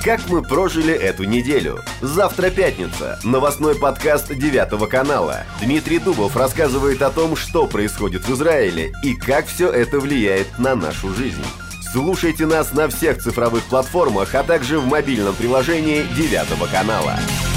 как мы прожили эту неделю. Завтра пятница. Новостной подкаст 9 канала. Дмитрий Дубов рассказывает о том, что происходит в Израиле и как все это влияет на нашу жизнь. Слушайте нас на всех цифровых платформах, а также в мобильном приложении 9 канала.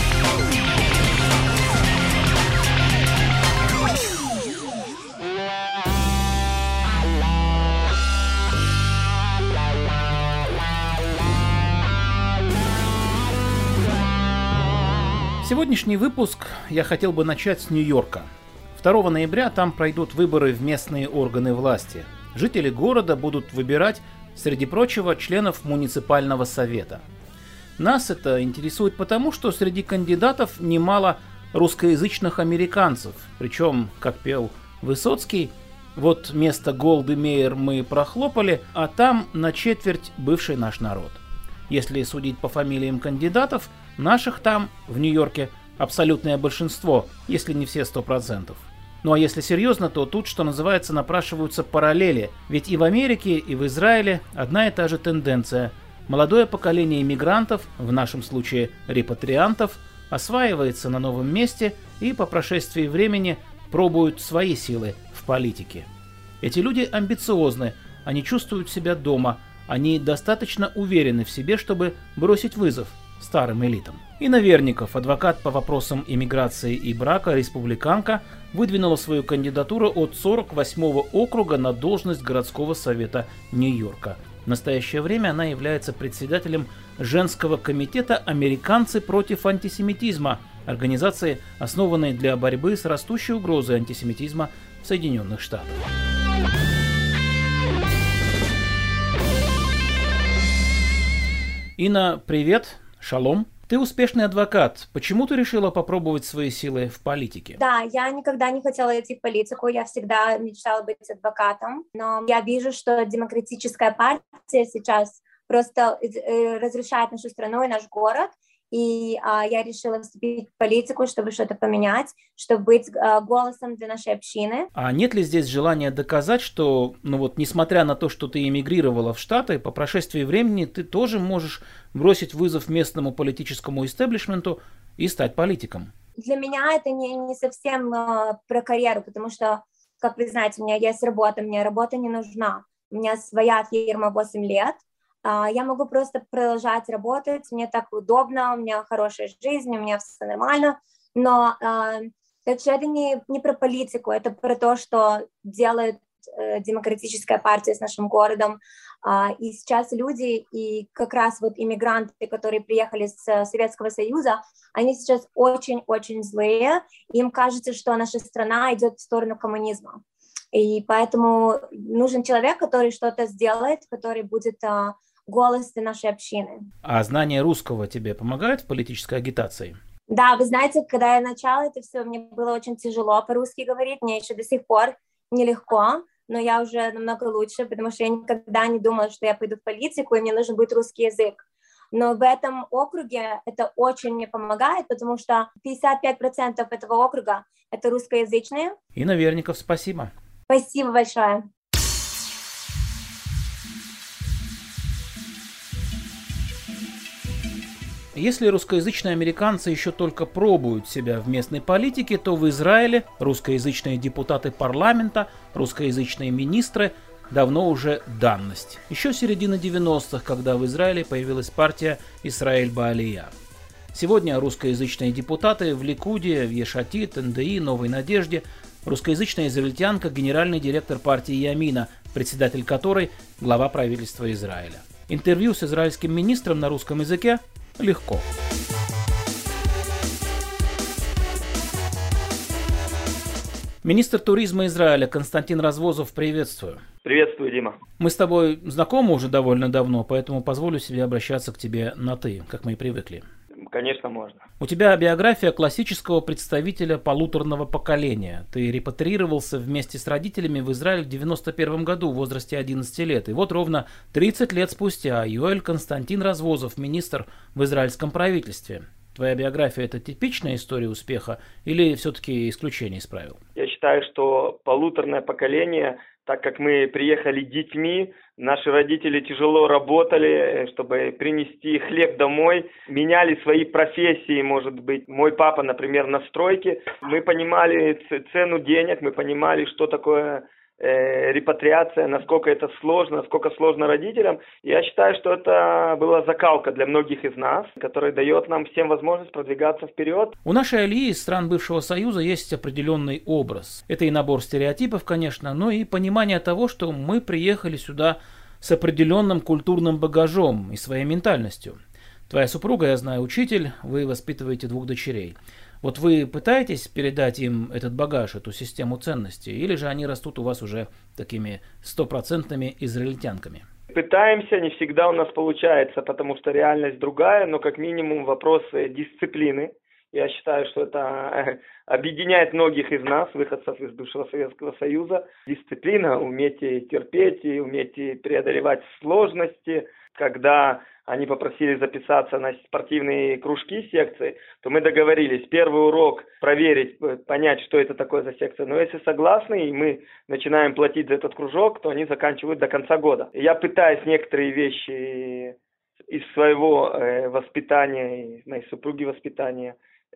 Сегодняшний выпуск я хотел бы начать с Нью-Йорка. 2 ноября там пройдут выборы в местные органы власти. Жители города будут выбирать, среди прочего, членов муниципального совета. Нас это интересует потому, что среди кандидатов немало русскоязычных американцев. Причем, как пел Высоцкий, вот место Голды Меир мы прохлопали, а там на четверть бывший наш народ. Если судить по фамилиям кандидатов, наших там, в Нью-Йорке, абсолютное большинство, если не все 100%. Ну а если серьезно, то тут, что называется, напрашиваются параллели. Ведь и в Америке, и в Израиле одна и та же тенденция. Молодое поколение иммигрантов, в нашем случае репатриантов, осваивается на новом месте и по прошествии времени пробуют свои силы в политике. Эти люди амбициозны, они чувствуют себя дома, они достаточно уверены в себе, чтобы бросить вызов старым элитам. Инна Верников, адвокат по вопросам иммиграции и брака, республиканка, выдвинула свою кандидатуру от 48-го округа на должность городского совета Нью-Йорка. В настоящее время она является председателем женского комитета «Американцы против антисемитизма», организации, основанной для борьбы с растущей угрозой антисемитизма в Соединенных Штатах. Инна, привет! Шалом. Ты успешный адвокат. Почему ты решила попробовать свои силы в политике? Да, я никогда не хотела идти в политику, я всегда мечтала быть адвокатом, но я вижу, что демократическая партия сейчас просто разрушает нашу страну и наш город, и я решила вступить в политику, чтобы что-то поменять, чтобы быть голосом для нашей общины. А нет ли здесь желания доказать, что, несмотря на то, что ты эмигрировала в Штаты, по прошествии времени ты тоже можешь бросить вызов местному политическому истеблишменту и стать политиком? Для меня это не совсем про карьеру, потому что, как вы знаете, у меня есть работа, мне работа не нужна. У меня своя фирма 8 лет. Я могу просто продолжать работать, мне так удобно, у меня хорошая жизнь, у меня все нормально, но так что это не про политику, это про то, что делает демократическая партия с нашим городом. И сейчас люди, и как раз вот иммигранты, которые приехали с Советского Союза, они сейчас очень-очень злые, им кажется, что наша страна идет в сторону коммунизма. И поэтому нужен человек, который что-то сделает, который будет голос нашей общины. А знание русского тебе помогает в политической агитации? Да, вы знаете, когда я начала это все, мне было очень тяжело по-русски говорить, мне еще до сих пор нелегко, но я уже намного лучше, потому что я никогда не думала, что я пойду в политику, и мне нужен будет русский язык. Но в этом округе это очень мне помогает, потому что 55% этого округа — это русскоязычные. Инна Верников, спасибо. Спасибо большое. Если русскоязычные американцы еще только пробуют себя в местной политике, то в Израиле русскоязычные депутаты парламента, русскоязычные министры давно уже данность. Еще с середины 90-х, когда в Израиле появилась партия Исраэль Баалия. Сегодня русскоязычные депутаты в Ликуде, в Еш-Атид, НДИ, Новой Надежде, русскоязычная израильтянка, генеральный директор партии Ямина, председатель которой глава правительства Израиля. Интервью с израильским министром на русском языке легко. Министр туризма Израиля Константин Развозов, приветствую. Приветствую, Дима. Мы с тобой знакомы уже довольно давно, поэтому позволю себе обращаться к тебе на «ты», как мы и привыкли. Конечно, можно. У тебя биография классического представителя полуторного поколения. Ты репатриировался вместе с родителями в Израиль в 91 году в возрасте 11 лет. И вот ровно 30 лет спустя Юэль Константин Развозов, министр в израильском правительстве. Твоя биография — это типичная история успеха или все-таки исключение из правил? Я считаю, что полуторное поколение так как мы приехали детьми, наши родители тяжело работали, чтобы принести хлеб домой, меняли свои профессии, может быть. Мой папа, например, на стройке. Мы понимали цену денег, мы понимали, что такое репатриация, насколько это сложно, насколько сложно родителям. Я считаю, что это была закалка для многих из нас, которая дает нам всем возможность продвигаться вперед. У нашей алии из стран бывшего Союза есть определенный образ. Это и набор стереотипов, конечно, но и понимание того, что мы приехали сюда с определенным культурным багажом и своей ментальностью. Твоя супруга, я знаю, учитель, вы воспитываете 2 дочерей. Вот вы пытаетесь передать им этот багаж, эту систему ценностей, или же они растут у вас уже такими 100% израильтянками? Пытаемся, не всегда у нас получается, потому что реальность другая, но как минимум вопросы дисциплины. Я считаю, что это объединяет многих из нас, выходцев из бывшего Советского Союза. Дисциплина, уметь терпеть и уметь преодолевать сложности. Когда они попросили записаться на спортивные кружки, секции, то мы договорились первый урок проверить, понять, что это такое за секция. Но если согласны, и мы начинаем платить за этот кружок, то они заканчивают до конца года. Я пытаюсь некоторые вещи из своего воспитания, из моей супруги воспитания,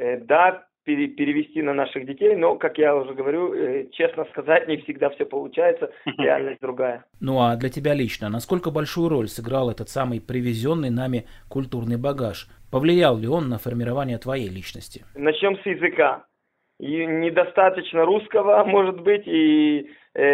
перевести на наших детей, но, как я уже говорю, честно сказать, не всегда все получается, реальность другая. Ну а для тебя лично, насколько большую роль сыграл этот самый привезенный нами культурный багаж? Повлиял ли он на формирование твоей личности? Начнем с языка. И недостаточно русского, может быть, и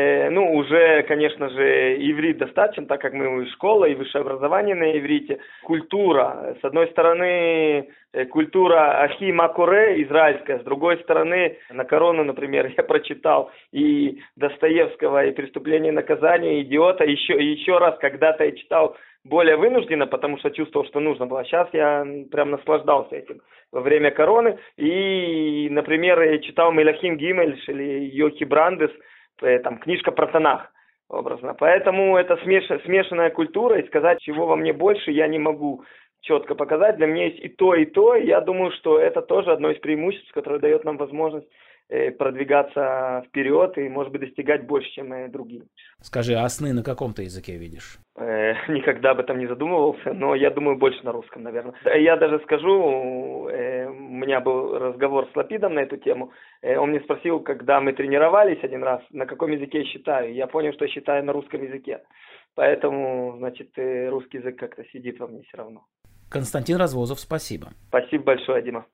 уже, конечно же, иврит достаточно, так как мы и школа, и высшее образование на иврите. Культура. С одной стороны, культура ахи макоре, израильская. С другой стороны, на корону, например, я прочитал и Достоевского, и «Преступление и наказание», и «Идиота». Еще раз когда-то я читал более вынужденно, потому что чувствовал, что нужно было. Сейчас я прям наслаждался этим во время короны. И, например, я читал Мелахим Гимельш или Йохи Брандес, там книжка про Танах, образно. Поэтому это смешанная культура, и сказать, чего во мне больше, я не могу четко показать. Для меня есть и то, и то. И я думаю, что это тоже одно из преимуществ, которое дает нам возможность продвигаться вперед и, может быть, достигать больше, чем другие. Скажи, а сны на каком ты языке видишь? Никогда об этом не задумывался, но я думаю, больше на русском, наверное. Я даже скажу, у меня был разговор с Лапидом на эту тему. Он мне спросил, когда мы тренировались один раз, на каком языке я считаю. Я понял, что я считаю на русском языке. Поэтому, значит, русский язык как-то сидит во мне все равно. Константин Развозов, спасибо. Спасибо большое, Дима.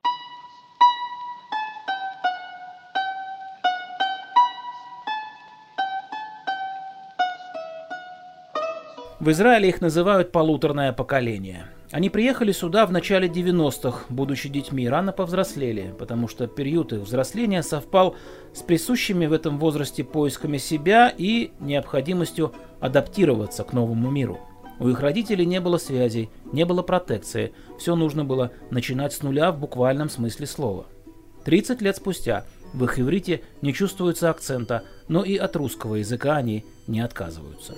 В Израиле их называют полуторное поколение. Они приехали сюда в начале 90-х, будучи детьми, рано повзрослели, потому что период их взросления совпал с присущими в этом возрасте поисками себя и необходимостью адаптироваться к новому миру. У их родителей не было связей, не было протекции, все нужно было начинать с нуля в буквальном смысле слова. 30 лет спустя в их иврите не чувствуется акцента, но и от русского языка они не отказываются.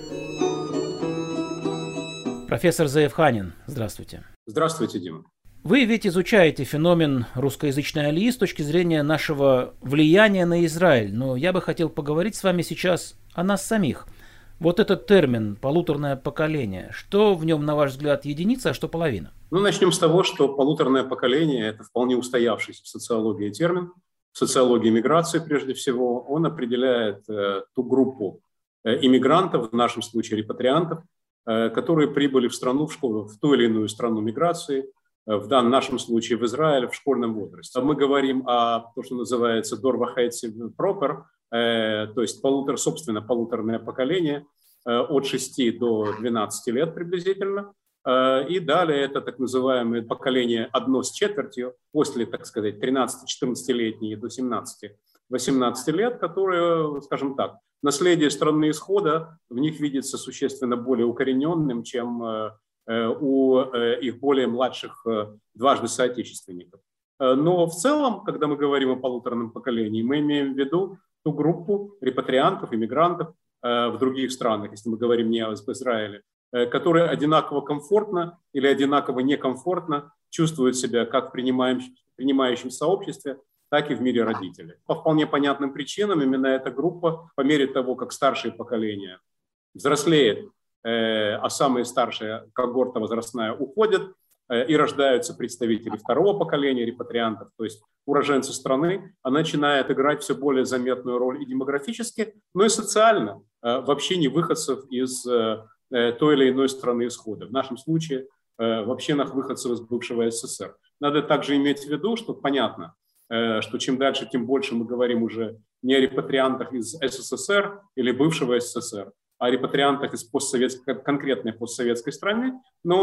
Профессор Зеев Ханин, здравствуйте. Здравствуйте, Дима. Вы ведь изучаете феномен русскоязычной алии с точки зрения нашего влияния на Израиль, но я бы хотел поговорить с вами сейчас о нас самих. Вот этот термин «полуторное поколение», что в нем, на ваш взгляд, единица, а что половина? Начнем с того, что полуторное поколение – это вполне устоявшийся в социологии термин. В социологии миграции, прежде всего, он определяет ту группу иммигрантов, в нашем случае репатриантов, которые прибыли в страну, в ту или иную страну миграции, в нашем случае в Израиль, в школьном возрасте. Мы говорим о том, что называется «дорвахайци пропер», то есть полуторное поколение от 6 до 12 лет приблизительно. И далее это так называемое поколение одно с четвертью, после, так сказать, 13-14-летние до 17-18 лет, которые, скажем так, наследие страны исхода в них видится существенно более укорененным, чем у их более младших дважды соотечественников. Но в целом, когда мы говорим о полуторном поколении, мы имеем в виду ту группу репатриантов, иммигрантов в других странах, если мы говорим не об Израиле, которые одинаково комфортно или одинаково некомфортно чувствуют себя как в принимающем сообществе, так и в мире родителей. По вполне понятным причинам именно эта группа, по мере того, как старшее поколение взрослеет, а самые старшие когорта возрастная уходят, и рождаются представители второго поколения репатриантов, то есть уроженцы страны, она начинает играть все более заметную роль и демографически, но и социально в общении выходцев из той или иной страны исхода. В нашем случае в общинах выходцев из бывшего СССР. Надо также иметь в виду, что понятно, что чем дальше, тем больше мы говорим уже не о репатриантах из СССР или бывшего СССР, а о репатриантах из конкретной постсоветской страны.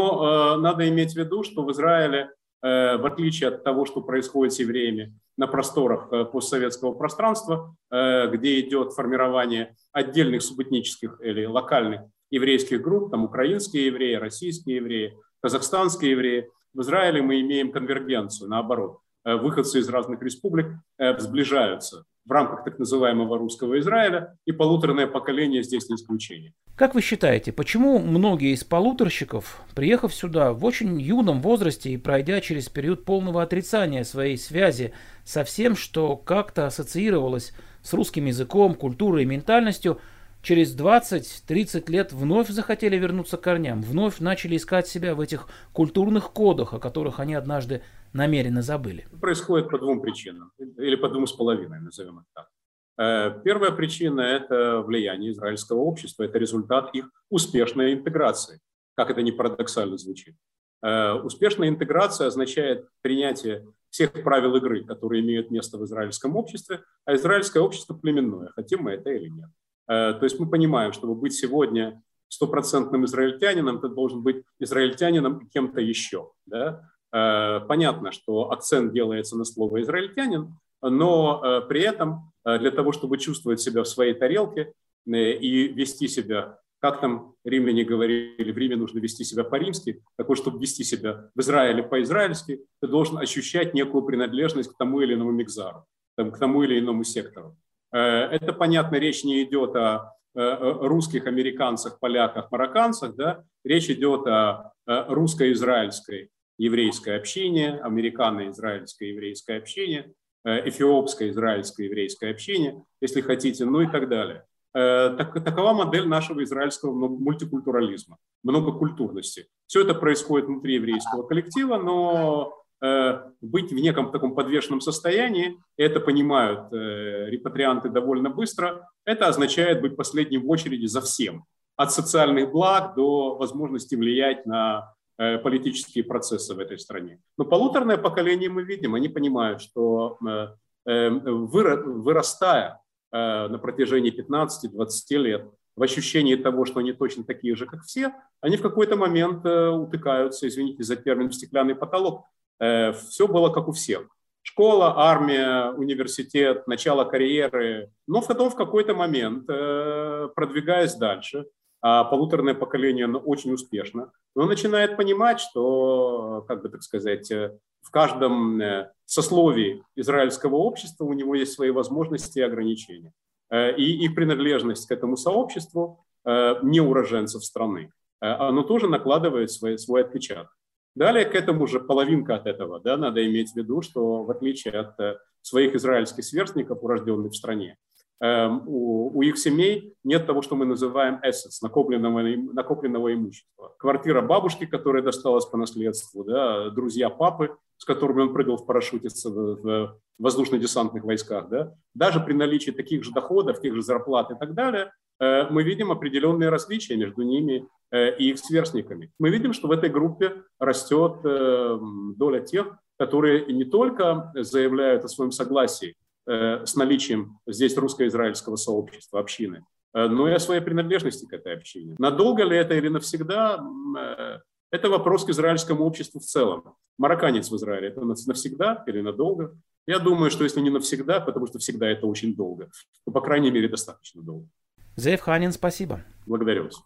Но надо иметь в виду, что в Израиле, в отличие от того, что происходит с евреями на просторах постсоветского пространства, где идет формирование отдельных субэтнических или локальных еврейских групп, там украинские евреи, российские евреи, казахстанские евреи, в Израиле мы имеем конвергенцию, наоборот. Выходцы из разных республик сближаются в рамках так называемого русского Израиля, и полуторное поколение здесь не исключение. Как вы считаете, почему многие из полуторщиков, приехав сюда в очень юном возрасте и пройдя через период полного отрицания своей связи со всем, что как-то ассоциировалось с русским языком, культурой и ментальностью, через 20-30 лет вновь захотели вернуться к корням, вновь начали искать себя в этих культурных кодах, о которых они однажды намеренно забыли? Происходит по двум причинам, или по 2,5, назовем их так. Первая причина – это влияние израильского общества, это результат их успешной интеграции, как это ни парадоксально звучит. Успешная интеграция означает принятие всех правил игры, которые имеют место в израильском обществе, а израильское общество племенное, хотим мы это или нет. То есть мы понимаем, чтобы быть сегодня стопроцентным израильтянином, ты должен быть израильтянином и кем-то еще. Да? Понятно, что акцент делается на слово «израильтянин», но при этом для того, чтобы чувствовать себя в своей тарелке и вести себя, как там римляне говорили, в Риме нужно вести себя по-римски, такой, чтобы вести себя в Израиле по-израильски, ты должен ощущать некую принадлежность к тому или иному мигзару, к тому или иному сектору. Это, понятно, речь не идет о русских, американцах, поляках, марокканцах, да? Речь идет о русско-израильской еврейской общине, американо-израильское еврейское общение, эфиопское израильское еврейское общение, если хотите, ну и так далее. Такова модель нашего израильского мультикультурализма, многокультурности. Все это происходит внутри еврейского коллектива, но быть в неком таком подвешенном состоянии, это понимают репатрианты довольно быстро, это означает быть последним в очереди за всем, от социальных благ до возможности влиять на политические процессы в этой стране. Но полуторное поколение мы видим, они понимают, что вырастая на протяжении 15-20 лет в ощущении того, что они точно такие же, как все, они в какой-то момент утыкаются, извините за термин, в стеклянный потолок. Все было как у всех. Школа, армия, университет, начало карьеры. Но потом в какой-то момент, продвигаясь дальше, а полуторное поколение очень успешно, оно начинает понимать, что, как бы так сказать, в каждом сословии израильского общества у него есть свои возможности и ограничения. И их принадлежность к этому сообществу, не уроженцев страны, оно тоже накладывает свой отпечаток. Далее к этому же половинка от этого, да, надо иметь в виду, что в отличие от своих израильских сверстников, урожденных в стране, у их семей нет того, что мы называем assets, накопленного имущества. Квартира бабушки, которая досталась по наследству, да, друзья папы, с которыми он прыгал в парашюте в воздушно-десантных войсках. Да. Даже при наличии таких же доходов, тех же зарплат и так далее, мы видим определенные различия между ними и их сверстниками. Мы видим, что в этой группе растет доля тех, которые не только заявляют о своем согласии с наличием здесь русско-израильского сообщества, общины, но и о своей принадлежности к этой общине. Надолго ли это или навсегда, это вопрос к израильскому обществу в целом. Марокканец в Израиле – это навсегда или надолго? Я думаю, что если не навсегда, потому что всегда это очень долго, то, по крайней мере, достаточно долго. Зеев Ханин, спасибо. Благодарю вас.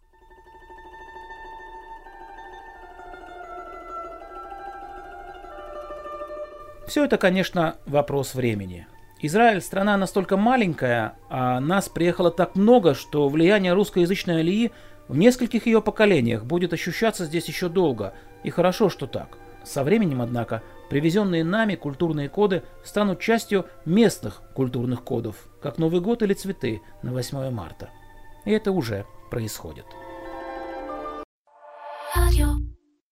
Все это, конечно, вопрос времени. Израиль – страна настолько маленькая, а нас приехало так много, что влияние русскоязычной алии в нескольких ее поколениях будет ощущаться здесь еще долго. И хорошо, что так. Со временем, однако, Привезенные нами культурные коды станут частью местных культурных кодов, как Новый год или цветы на 8 марта. И это уже происходит. Radio.